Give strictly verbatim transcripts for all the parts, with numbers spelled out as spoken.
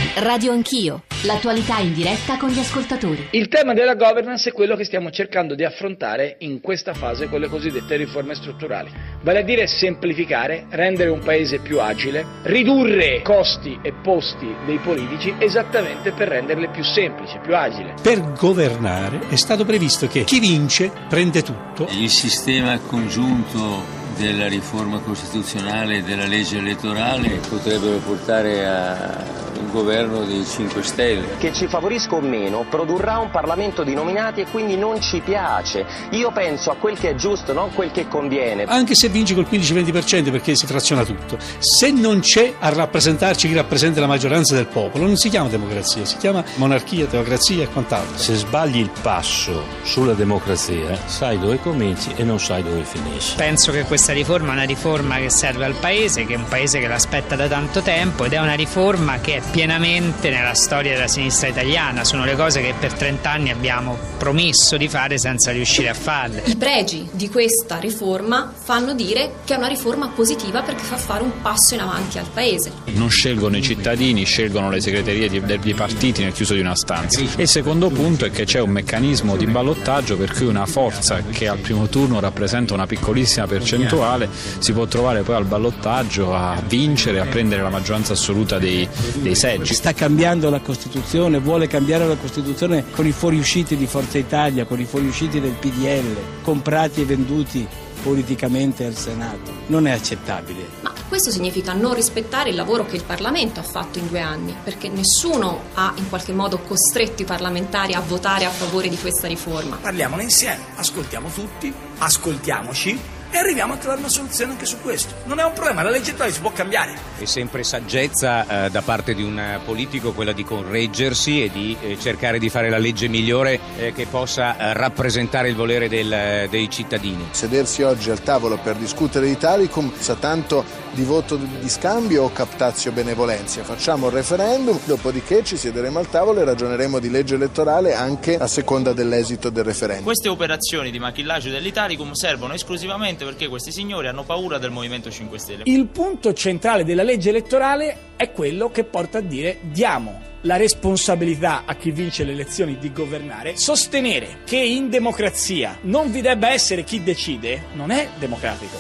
Radio Anch'io, l'attualità in diretta con gli ascoltatori. Il tema della governance è quello che stiamo cercando di affrontare in questa fase con le cosiddette riforme strutturali. Vale a dire semplificare, rendere un paese più agile, ridurre costi e posti dei politici esattamente per renderle più semplici, più agili. Per governare è stato previsto che chi vince prende tutto. Il sistema congiunto della riforma costituzionale e della legge elettorale potrebbero portare a un governo dei cinque Stelle. Che ci favorisca o meno produrrà un Parlamento di nominati e quindi non ci piace. Io penso a quel che è giusto, non quel che conviene. Anche se vinci col quindici venti per cento perché si fraziona tutto, se non c'è a rappresentarci chi rappresenta la maggioranza del popolo, non si chiama democrazia, si chiama monarchia, teocrazia e quant'altro. Se sbagli il passo sulla democrazia, sai dove cominci e non sai dove finisci. Penso che questa riforma è una riforma che serve al Paese, che è un Paese che l'aspetta da tanto tempo, ed è una riforma che è pienamente nella storia della sinistra italiana. Sono le cose che per trent'anni abbiamo promesso di fare senza riuscire a farle. I pregi di questa riforma fanno dire che è una riforma positiva perché fa fare un passo in avanti al Paese. Non scelgono i cittadini, scelgono le segreterie di, dei partiti nel chiuso di una stanza. E il secondo punto è che c'è un meccanismo di ballottaggio per cui una forza che al primo turno rappresenta una piccolissima percentuale si può trovare poi al ballottaggio a vincere, a prendere la maggioranza assoluta dei, dei seggi. Sta cambiando la Costituzione, vuole cambiare la Costituzione con i fuoriusciti di Forza Italia, con i fuoriusciti del P D L, comprati e venduti politicamente al Senato. Non è accettabile. Ma questo significa non rispettare il lavoro che il Parlamento ha fatto in due anni, perché nessuno ha in qualche modo costretto i parlamentari a votare a favore di questa riforma. Parliamone insieme, ascoltiamo tutti, ascoltiamoci e arriviamo a trovare una soluzione anche su questo. Non è un problema, la legge elettorale si può cambiare. È sempre saggezza eh, da parte di un politico quella di correggersi e di eh, cercare di fare la legge migliore eh, che possa eh, rappresentare il volere del, dei cittadini. Sedersi oggi al tavolo per discutere di Italicum sa tanto di voto di scambio o captatio benevolenzia. Facciamo il referendum, dopodiché ci siederemo al tavolo e ragioneremo di legge elettorale anche a seconda dell'esito del referendum. Queste operazioni di machillaggio dell'Italicum servono esclusivamente perché questi signori hanno paura del Movimento cinque Stelle. Il punto centrale della legge elettorale è quello che porta a dire: diamo la responsabilità a chi vince le elezioni di governare. Sostenere che in democrazia non vi debba essere chi decide non è democratico.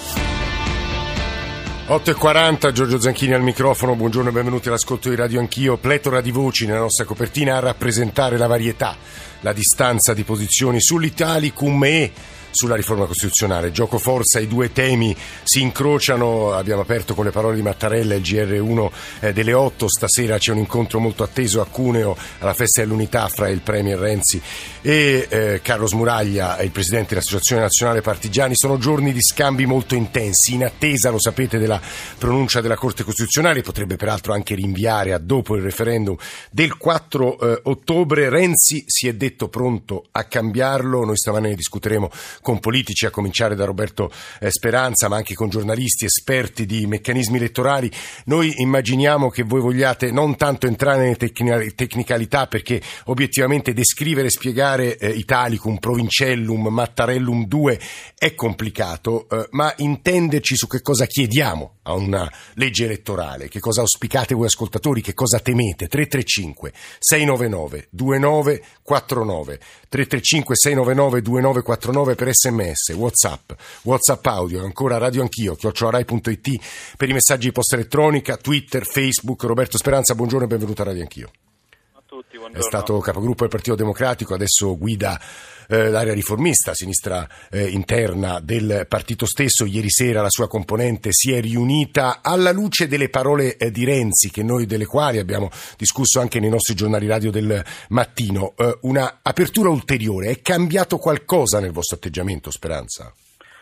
otto e quaranta, Giorgio Zanchini al microfono, buongiorno e benvenuti all'ascolto di Radio Anch'io. Pletora di voci nella nostra copertina a rappresentare la varietà, la distanza di posizioni sull'Italicum e sulla riforma costituzionale. Gioco forza, i due temi si incrociano. Abbiamo aperto con le parole di Mattarella il G R uno eh, delle otto. Stasera c'è un incontro molto atteso a Cuneo alla festa dell'unità fra il Premier Renzi e eh, Carlo Smuraglia, il presidente dell'Associazione Nazionale Partigiani. Sono giorni di scambi molto intensi, in attesa, lo sapete, della pronuncia della Corte Costituzionale. Potrebbe peraltro anche rinviare a dopo il referendum del quattro eh, ottobre. Renzi si è detto pronto a cambiarlo. Noi stamane ne discuteremo con politici, a cominciare da Roberto eh, Speranza, ma anche con giornalisti esperti di meccanismi elettorali. Noi immaginiamo che voi vogliate non tanto entrare nelle tecni- tecnicalità, perché obiettivamente descrivere e spiegare eh, Italicum, Provincellum, Mattarellum due è complicato, eh, ma intenderci su che cosa chiediamo a una legge elettorale, che cosa auspicate voi ascoltatori, che cosa temete. Tre tre cinque sei nove nove due nove quattro nove, tre tre cinque sei nove nove due nove quattro nove per sms, whatsapp, whatsapp audio, ancora Radio Anch'io, chiocciola rai punto it per i messaggi di posta elettronica, Twitter, Facebook. Roberto Speranza, buongiorno e benvenuto a Radio Anch'io. A tutti, buongiorno. È stato capogruppo del Partito Democratico, adesso guida eh, l'area riformista, sinistra eh, interna del partito stesso. Ieri sera la sua componente si è riunita. Alla luce delle parole eh, di Renzi, che noi delle quali abbiamo discusso anche nei nostri giornali radio del mattino, eh, una apertura ulteriore, è cambiato qualcosa nel vostro atteggiamento, Speranza?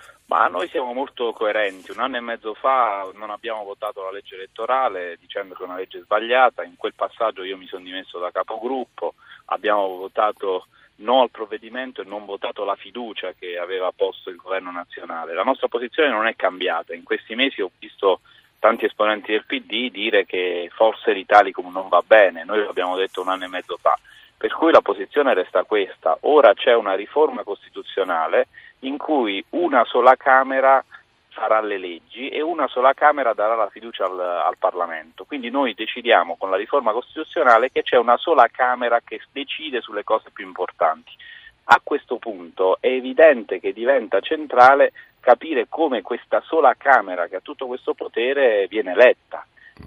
Ma noi siamo molto coerenti. Un anno e mezzo fa non abbiamo votato la legge elettorale dicendo che è una legge sbagliata. In quel passaggio io mi sono dimesso da capogruppo, abbiamo votato no al provvedimento e non votato la fiducia che aveva posto il governo nazionale. La nostra posizione non è cambiata. In questi mesi ho visto tanti esponenti del P D dire che forse l'Italicum non va bene. Noi l'abbiamo detto un anno e mezzo fa. Per cui la posizione resta questa. Ora c'è una riforma costituzionale in cui una sola Camera farà le leggi e una sola Camera darà la fiducia al, al Parlamento. Quindi noi decidiamo con la riforma costituzionale che c'è una sola Camera che decide sulle cose più importanti. A questo punto è evidente che diventa centrale capire come questa sola Camera che ha tutto questo potere viene eletta.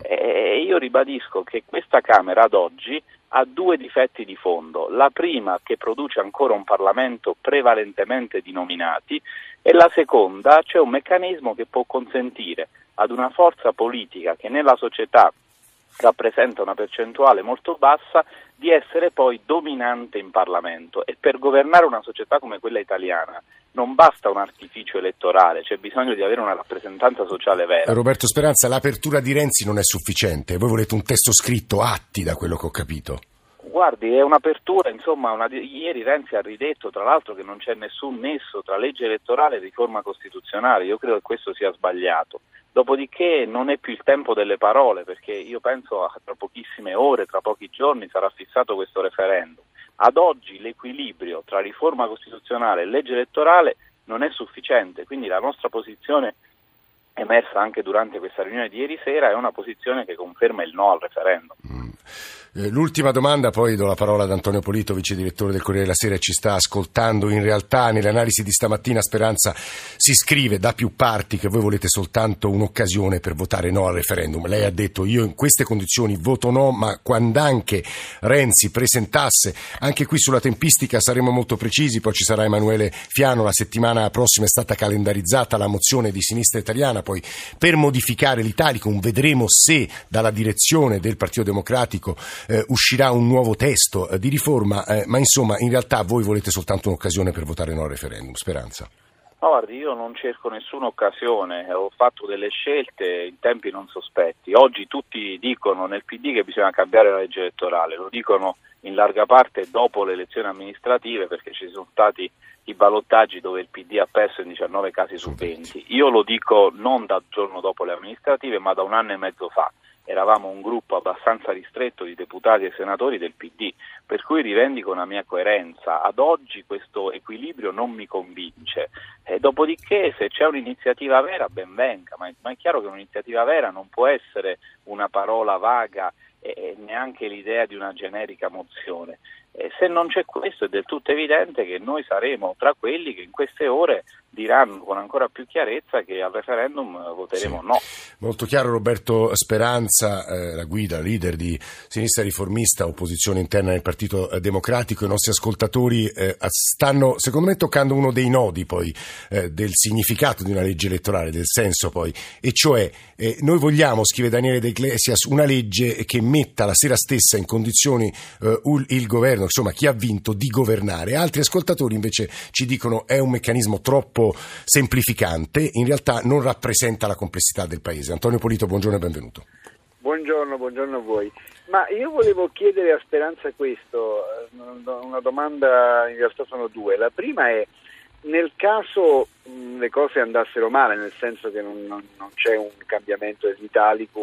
E io ribadisco che questa Camera ad oggi ha due difetti di fondo. La prima, che produce ancora un Parlamento prevalentemente di nominati, e la seconda, c'è un meccanismo che può consentire ad una forza politica che nella società rappresenta una percentuale molto bassa di essere poi dominante in Parlamento, e per governare una società come quella italiana non basta un artificio elettorale, c'è bisogno di avere una rappresentanza sociale vera. Roberto Speranza, l'apertura di Renzi non è sufficiente, voi volete un testo scritto, atti, da quello che ho capito. Guardi, è un'apertura, insomma, una, ieri Renzi ha ridetto tra l'altro che non c'è nessun nesso tra legge elettorale e riforma costituzionale, io credo che questo sia sbagliato. Dopodiché non è più il tempo delle parole, perché io penso a tra pochissime ore, tra pochi giorni sarà fissato questo referendum. Ad oggi l'equilibrio tra riforma costituzionale e legge elettorale non è sufficiente, quindi la nostra posizione emersa anche durante questa riunione di ieri sera è una posizione che conferma il no al referendum. Mm. Eh, l'ultima domanda, poi do la parola ad Antonio Polito, vice direttore del Corriere della Sera, ci sta ascoltando. In realtà nell'analisi di stamattina Speranza si scrive da più parti che voi volete soltanto un'occasione per votare no al referendum. Lei ha detto io in queste condizioni voto no, ma quando anche Renzi presentasse, anche qui sulla tempistica saremo molto precisi, poi ci sarà Emanuele Fiano, la settimana prossima è stata calendarizzata la mozione di Sinistra Italiana poi per modificare l'Italicum, vedremo se dalla direzione del Partito Democratico Eh, uscirà un nuovo testo eh, di riforma, eh, ma insomma in realtà voi volete soltanto un'occasione per votare no al referendum. Speranza. No, guardi, io non cerco nessuna occasione, ho fatto delle scelte in tempi non sospetti. Oggi tutti dicono nel P D che bisogna cambiare la legge elettorale, lo dicono in larga parte dopo le elezioni amministrative, perché ci sono stati i ballottaggi dove il P D ha perso in diciannove casi su venti. Io lo dico non dal giorno dopo le amministrative, ma da un anno e mezzo fa. Eravamo un gruppo abbastanza ristretto di deputati e senatori del P D, per cui rivendico una mia coerenza. Ad oggi questo equilibrio non mi convince. E dopodiché se c'è un'iniziativa vera ben venga, ma è, ma è chiaro che un'iniziativa vera non può essere una parola vaga e, e neanche l'idea di una generica mozione. E se non c'è questo è del tutto evidente che noi saremo tra quelli che in queste ore diranno con ancora più chiarezza che al referendum voteremo sì. no. Molto chiaro Roberto Speranza, eh, la guida, leader di Sinistra Riformista, opposizione interna del Partito Democratico. I nostri ascoltatori eh, stanno secondo me toccando uno dei nodi poi eh, del significato di una legge elettorale, del senso poi, e cioè eh, noi vogliamo, scrive Daniele De Iglesias, una legge che metta la sera stessa in condizioni eh, il governo, insomma chi ha vinto, di governare. Altri ascoltatori invece ci dicono è un meccanismo troppo semplificante, in realtà non rappresenta la complessità del paese. Antonio Polito, buongiorno e benvenuto. Buongiorno, buongiorno a voi. Ma io volevo chiedere a Speranza questo, una domanda, in realtà sono due. La prima è, nel caso mh, le cose andassero male, nel senso che non, non, non c'è un cambiamento dell'Italicum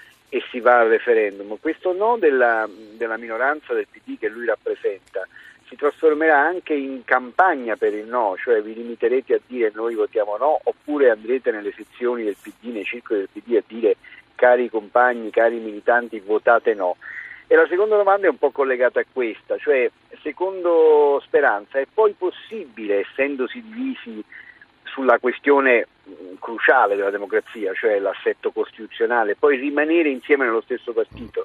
e si va al referendum, questo no della, della minoranza del P D che lui rappresenta si trasformerà anche in campagna per il no, cioè vi limiterete a dire noi votiamo no, oppure andrete nelle sezioni del P D, nei circoli del P D a dire cari compagni, cari militanti, votate no. E la seconda domanda è un po' collegata a questa, cioè secondo Speranza è poi possibile, essendosi divisi sulla questione cruciale della democrazia, cioè l'assetto costituzionale, poi rimanere insieme nello stesso partito?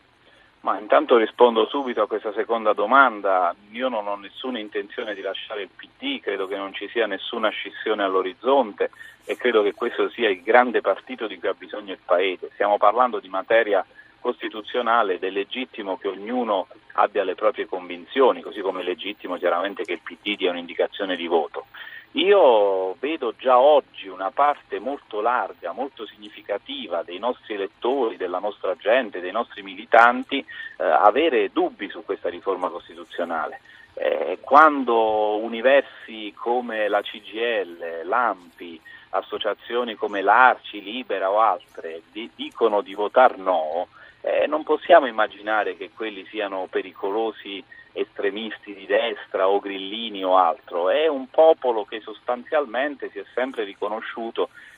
Ma intanto rispondo subito a questa seconda domanda. Io non ho nessuna intenzione di lasciare il P D, credo che non ci sia nessuna scissione all'orizzonte e credo che questo sia il grande partito di cui ha bisogno il Paese. Stiamo parlando di materia costituzionale ed è legittimo che ognuno abbia le proprie convinzioni, così come è legittimo chiaramente che il P D dia un'indicazione di voto. Io vedo già oggi una parte molto larga, molto significativa dei nostri elettori, della nostra gente, dei nostri militanti eh, avere dubbi su questa riforma costituzionale. Eh, quando universi come la C G I L, l'ANPI, associazioni come l'Arci, Libera o altre di, dicono di votar no, eh, non possiamo immaginare che quelli siano pericolosi estremisti di destra o grillini o altro. È un popolo che sostanzialmente si è sempre riconosciuto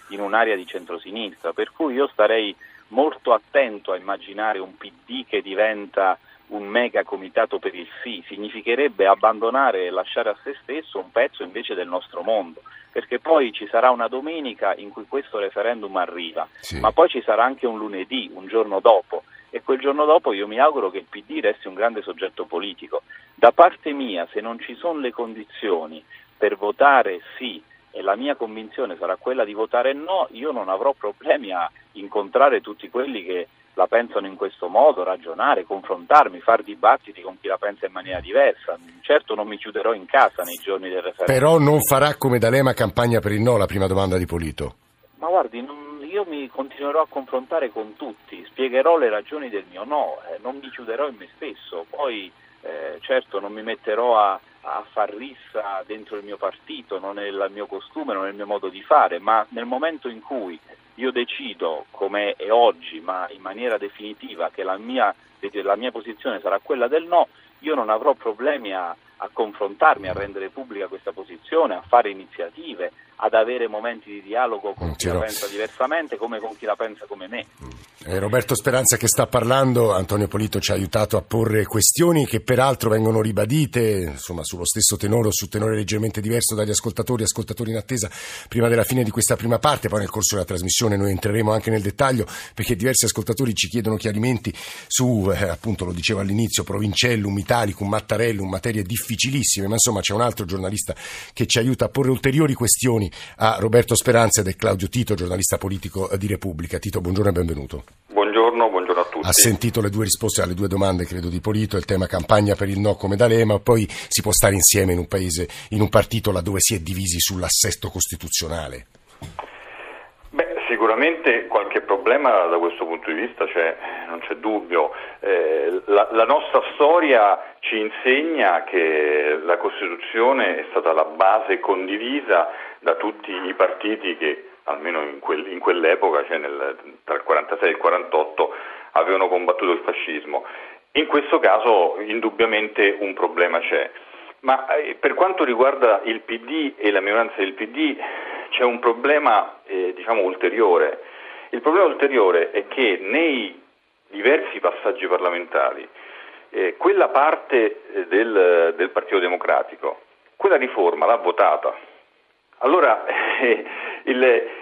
in un'area di centrosinistra, per cui io starei molto attento a immaginare un P D che diventa un mega comitato per il sì. Significherebbe abbandonare e lasciare a se stesso un pezzo invece del nostro mondo, perché poi ci sarà una domenica in cui questo referendum arriva, sì. ma poi ci sarà anche un lunedì, un giorno dopo, e quel giorno dopo io mi auguro che il P D resti un grande soggetto politico. Da parte mia, se non ci sono le condizioni per votare sì, e la mia convinzione sarà quella di votare no, io non avrò problemi a incontrare tutti quelli che la pensano in questo modo, ragionare, confrontarmi, far dibattiti con chi la pensa in maniera diversa. Certo non mi chiuderò in casa nei giorni del referendum. Però non farà come D'Alema campagna per il no, la prima domanda di Polito. Ma guardi, non, io mi continuerò a confrontare con tutti, spiegherò le ragioni del mio no, eh, non mi chiuderò in me stesso, poi eh, certo non mi metterò a a far rissa dentro il mio partito, non è il mio costume, non è il mio modo di fare, ma nel momento in cui io decido, come è oggi, ma in maniera definitiva, che la mia, la mia posizione sarà quella del no, io non avrò problemi a, a confrontarmi, a rendere pubblica questa posizione, a fare iniziative, ad avere momenti di dialogo con chi la pensa diversamente come con chi la pensa come me. Eh, Roberto Speranza che sta parlando, Antonio Polito ci ha aiutato a porre questioni che peraltro vengono ribadite, insomma, sullo stesso tenore o su tenore leggermente diverso dagli ascoltatori, ascoltatori in attesa prima della fine di questa prima parte. Poi nel corso della trasmissione noi entreremo anche nel dettaglio, perché diversi ascoltatori ci chiedono chiarimenti su, eh, appunto lo dicevo all'inizio, Provincellum, Italicum, Mattarellum, materie difficilissime, ma insomma c'è un altro giornalista che ci aiuta a porre ulteriori questioni a Roberto Speranza ed è Claudio Tito, giornalista politico di Repubblica. Tito, buongiorno e benvenuto. Buongiorno, buongiorno a tutti. Ha sentito le due risposte alle due domande, credo, di Polito, il tema campagna per il no come D'Alema, poi si può stare insieme in un paese, in un partito laddove si è divisi sull'assesto costituzionale? Beh, sicuramente qualche problema da questo punto di vista c'è, non c'è dubbio. Eh, la, la nostra storia ci insegna che la Costituzione è stata la base condivisa da tutti i partiti che almeno in, quel, in quell'epoca, cioè nel, tra il quarantasei e il quarantotto, avevano combattuto il fascismo. In questo caso indubbiamente un problema c'è, ma eh, per quanto riguarda il P D e la minoranza del P D c'è un problema eh, diciamo ulteriore. Il problema ulteriore è che nei diversi passaggi parlamentari eh, quella parte del, del Partito Democratico quella riforma l'ha votata. Allora eh, il,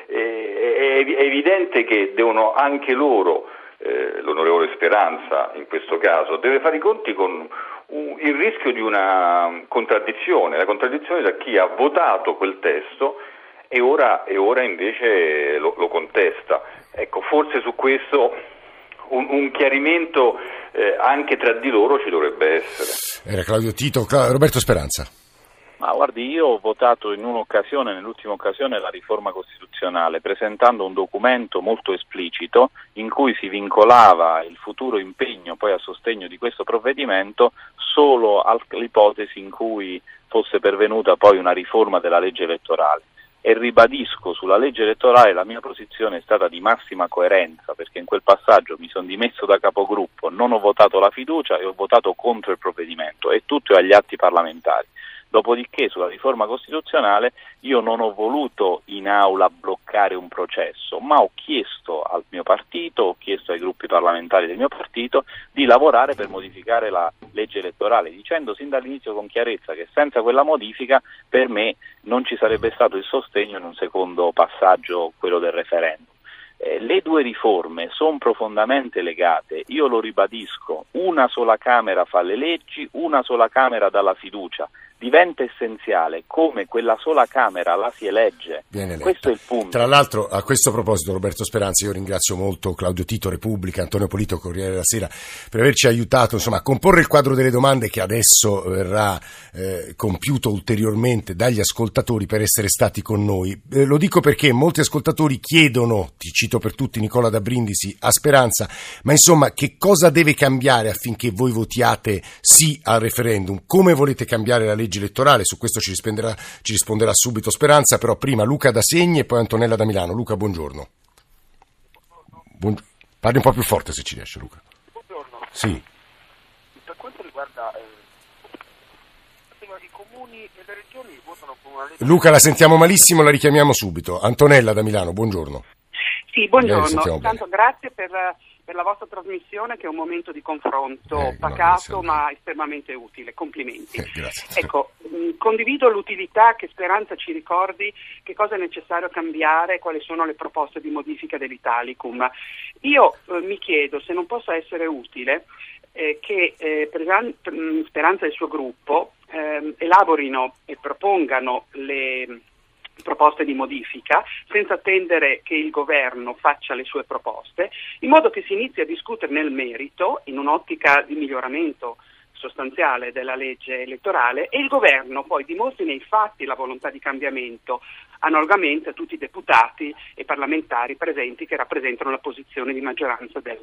eh, è evidente che devono anche loro, eh, l'onorevole Speranza in questo caso, deve fare i conti con un, il rischio di una contraddizione, la contraddizione da chi ha votato quel testo e ora, e ora invece lo, lo contesta. Ecco, forse su questo un, un chiarimento eh, anche tra di loro ci dovrebbe essere. Era Claudio Tito. Cla- Roberto Speranza. Ma guardi, io ho votato in un'occasione, nell'ultima occasione, la riforma costituzionale, presentando un documento molto esplicito in cui si vincolava il futuro impegno poi a sostegno di questo provvedimento solo all'ipotesi in cui fosse pervenuta poi una riforma della legge elettorale. E ribadisco, sulla legge elettorale la mia posizione è stata di massima coerenza, perché in quel passaggio mi sono dimesso da capogruppo, non ho votato la fiducia e ho votato contro il provvedimento, e tutto è agli atti parlamentari. Dopodiché sulla riforma costituzionale io non ho voluto in aula bloccare un processo, ma ho chiesto al mio partito, ho chiesto ai gruppi parlamentari del mio partito di lavorare per modificare la legge elettorale, dicendo sin dall'inizio con chiarezza che senza quella modifica per me non ci sarebbe stato il sostegno in un secondo passaggio, quello del referendum. Eh, le due riforme sono profondamente legate, io lo ribadisco, una sola Camera fa le leggi, una sola Camera dà la fiducia. Diventa essenziale come quella sola Camera la si elegge. Questo è il punto. Tra l'altro, a questo proposito, Roberto Speranza, io ringrazio molto Claudio Tito, Repubblica, Antonio Polito, Corriere della Sera, per averci aiutato insomma a comporre il quadro delle domande che adesso verrà eh, compiuto ulteriormente dagli ascoltatori per essere stati con noi. Eh, lo dico perché molti ascoltatori chiedono, ti cito per tutti Nicola da Brindisi, a Speranza, ma insomma che cosa deve cambiare affinché voi votiate sì al referendum? Come volete cambiare la legge elettorale? Su questo ci risponderà, ci risponderà subito Speranza, però prima Luca da Segni e poi Antonella da Milano. Luca, buongiorno. Buon... Parli un po' più forte se ci riesce, Luca. Buongiorno. Sì. Per quanto riguarda eh, tema di comuni e le regioni votano con una legge. Luca, la sentiamo malissimo, la richiamiamo subito. Antonella da Milano, buongiorno. Sì, buongiorno. Intanto grazie per, per la vostra trasmissione, che è un momento di confronto eh, pacato no, ma estremamente utile. Complimenti. Eh, grazie. Ecco, mh, condivido l'utilità che Speranza ci ricordi che cosa è necessario cambiare, quali sono le proposte di modifica dell'Italicum. Io eh, mi chiedo se non possa essere utile eh, che eh, Speranza e il suo gruppo eh, elaborino e propongano le proposte di modifica senza attendere che il governo faccia le sue proposte, in modo che si inizi a discutere nel merito in un'ottica di miglioramento sostanziale della legge elettorale e il governo poi dimostri nei fatti la volontà di cambiamento, analogamente a tutti i deputati e parlamentari presenti che rappresentano la posizione di maggioranza del,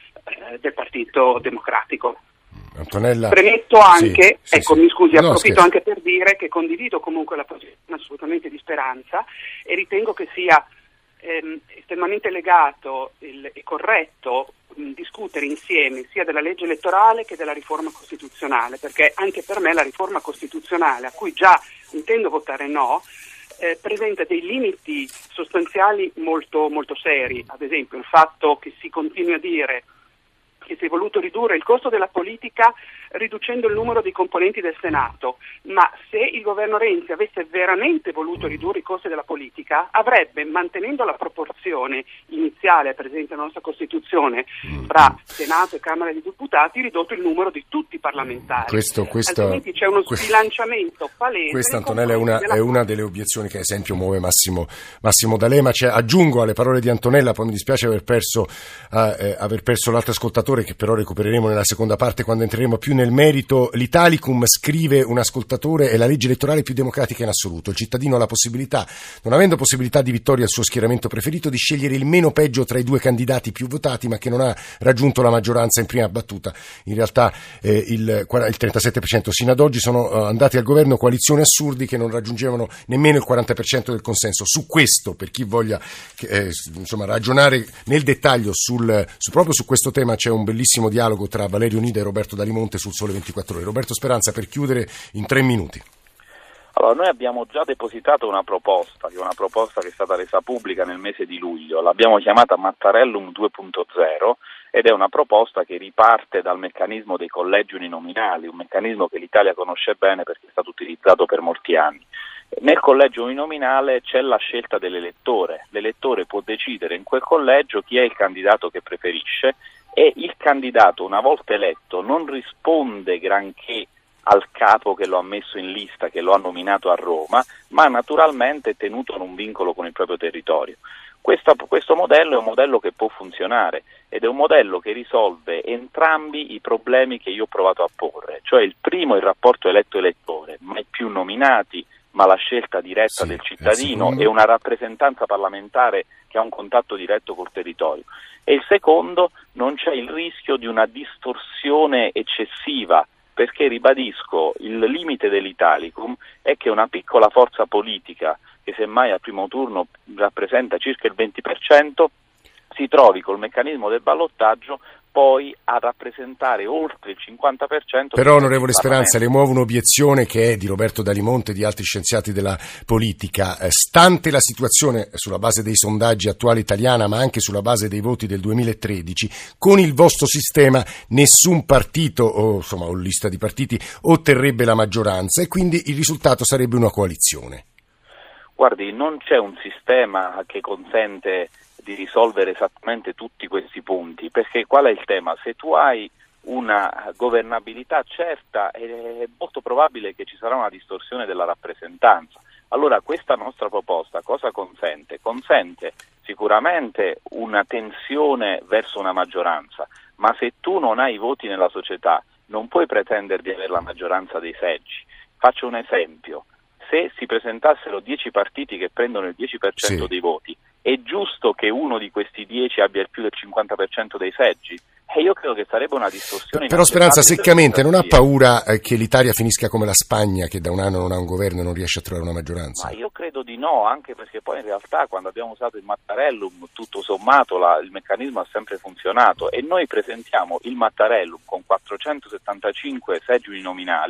eh, del Partito Democratico. Antonella. Premetto anche, sì, ecco sì, mi scusi, no, approfitto scherzo. anche per dire che condivido comunque la posizione assolutamente di Speranza e ritengo che sia ehm, estremamente legato il, e corretto mh, discutere insieme sia della legge elettorale che della riforma costituzionale, perché anche per me la riforma costituzionale, a cui già intendo votare no, eh, presenta dei limiti sostanziali molto, molto seri, ad esempio il fatto che si continui a dire che si è voluto ridurre il costo della politica riducendo il numero dei componenti del Senato, ma se il governo Renzi avesse veramente voluto ridurre i costi della politica, avrebbe, mantenendo la proporzione iniziale presente nella nostra Costituzione fra Senato e Camera dei Deputati, ridotto il numero di tutti i parlamentari. Questo, questo, Altrimenti c'è uno questo, sbilanciamento palese. Questa, Antonella, è una, è una delle obiezioni che, ad esempio, muove Massimo, Massimo D'Alema. Cioè, aggiungo alle parole di Antonella, poi mi dispiace aver perso, eh, aver perso l'altro ascoltatore, che però recupereremo nella seconda parte quando entreremo più nel merito. L'Italicum, scrive un ascoltatore, è la legge elettorale più democratica in assoluto. Il cittadino ha la possibilità, non avendo possibilità di vittoria al suo schieramento preferito, di scegliere il meno peggio tra i due candidati più votati, ma che non ha raggiunto la maggioranza in prima battuta. In realtà eh, il, il trentasette per cento sino ad oggi sono eh, andati al governo coalizioni assurdi che non raggiungevano nemmeno il quaranta per cento del consenso. Su questo, per chi voglia eh, insomma, ragionare nel dettaglio sul, su, proprio su questo tema, c'è un bellissimo dialogo tra Valerio Nida e Roberto Dalimonte sul Sole ventiquattro Ore. Roberto Speranza, per chiudere in tre minuti. Allora, noi abbiamo già depositato una proposta, che è una proposta che è stata resa pubblica nel mese di luglio, l'abbiamo chiamata Mattarellum due punto zero ed è una proposta che riparte dal meccanismo dei collegi uninominali, un meccanismo che l'Italia conosce bene perché è stato utilizzato per molti anni. Nel collegio uninominale c'è la scelta dell'elettore, l'elettore può decidere in quel collegio chi è il candidato che preferisce e il candidato, una volta eletto, non risponde granché al capo che lo ha messo in lista, che lo ha nominato a Roma, ma naturalmente è tenuto a un vincolo con il proprio territorio. Questo, questo modello è un modello che può funzionare ed è un modello che risolve entrambi i problemi che io ho provato a porre, cioè il primo il rapporto eletto-elettore, mai più nominati, ma la scelta diretta sì, del cittadino e una rappresentanza parlamentare che ha un contatto diretto col territorio. E il secondo, non c'è il rischio di una distorsione eccessiva, perché ribadisco, il limite dell'Italicum è che una piccola forza politica, che semmai al primo turno rappresenta circa il venti per cento, si trovi col meccanismo del ballottaggio poi a rappresentare oltre il cinquanta per cento. Però, onorevole Speranza, le muove un'obiezione che è di Roberto Dalimonte e di altri scienziati della politica. Eh, stante la situazione sulla base dei sondaggi attuali italiana, ma anche sulla base dei voti del duemilatredici, con il vostro sistema nessun partito o insomma o lista di partiti otterrebbe la maggioranza e quindi il risultato sarebbe una coalizione. Guardi, non c'è un sistema che consente di risolvere esattamente tutti questi punti, perché qual è il tema? Se tu hai una governabilità certa è molto probabile che ci sarà una distorsione della rappresentanza. Allora questa nostra proposta cosa consente? Consente sicuramente una tensione verso una maggioranza, ma se tu non hai voti nella società non puoi pretendere di avere la maggioranza dei seggi. Faccio un esempio: se si presentassero dieci partiti che prendono il dieci per cento sì. dei voti, è giusto che uno di questi dieci abbia il più del cinquanta per cento dei seggi? E io credo che sarebbe una distorsione. Però Speranza, seccamente, non ha paura eh, che l'Italia finisca come la Spagna, che da un anno non ha un governo e non riesce a trovare una maggioranza? Ma io credo di no, anche perché poi in realtà quando abbiamo usato il Mattarellum, tutto sommato la, il meccanismo ha sempre funzionato e noi presentiamo il Mattarellum con quattrocentosettantacinque seggi uninominali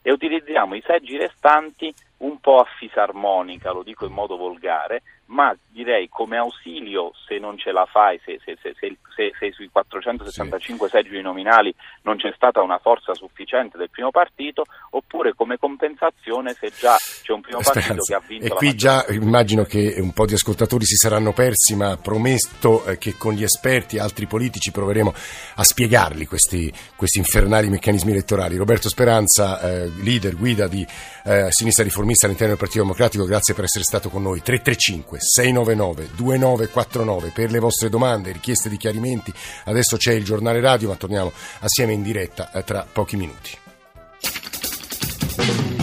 e utilizziamo i seggi restanti un po' a fisarmonica, lo dico in modo volgare, ma direi come ausilio se non ce la fai, se, se, se, se, se, se sui quattrocentosessantacinque sì. seggi nominali non c'è stata una forza sufficiente del primo partito, oppure come compensazione se già c'è un primo partito Speranza. che ha vinto e la qui già immagino che un po' di ascoltatori si saranno persi, ma prometto eh, che con gli esperti e altri politici proveremo a spiegarli questi, questi infernali meccanismi elettorali. Roberto Speranza, eh, leader, guida di eh, Sinistra Riformista all'interno del Partito Democratico, grazie per essere stato con noi. Tre tre cinque sei nove nove due nove quattro nove per le vostre domande, richieste di chiarimenti. Adesso c'è il giornale radio, ma torniamo assieme in diretta eh, tra pochi minuti.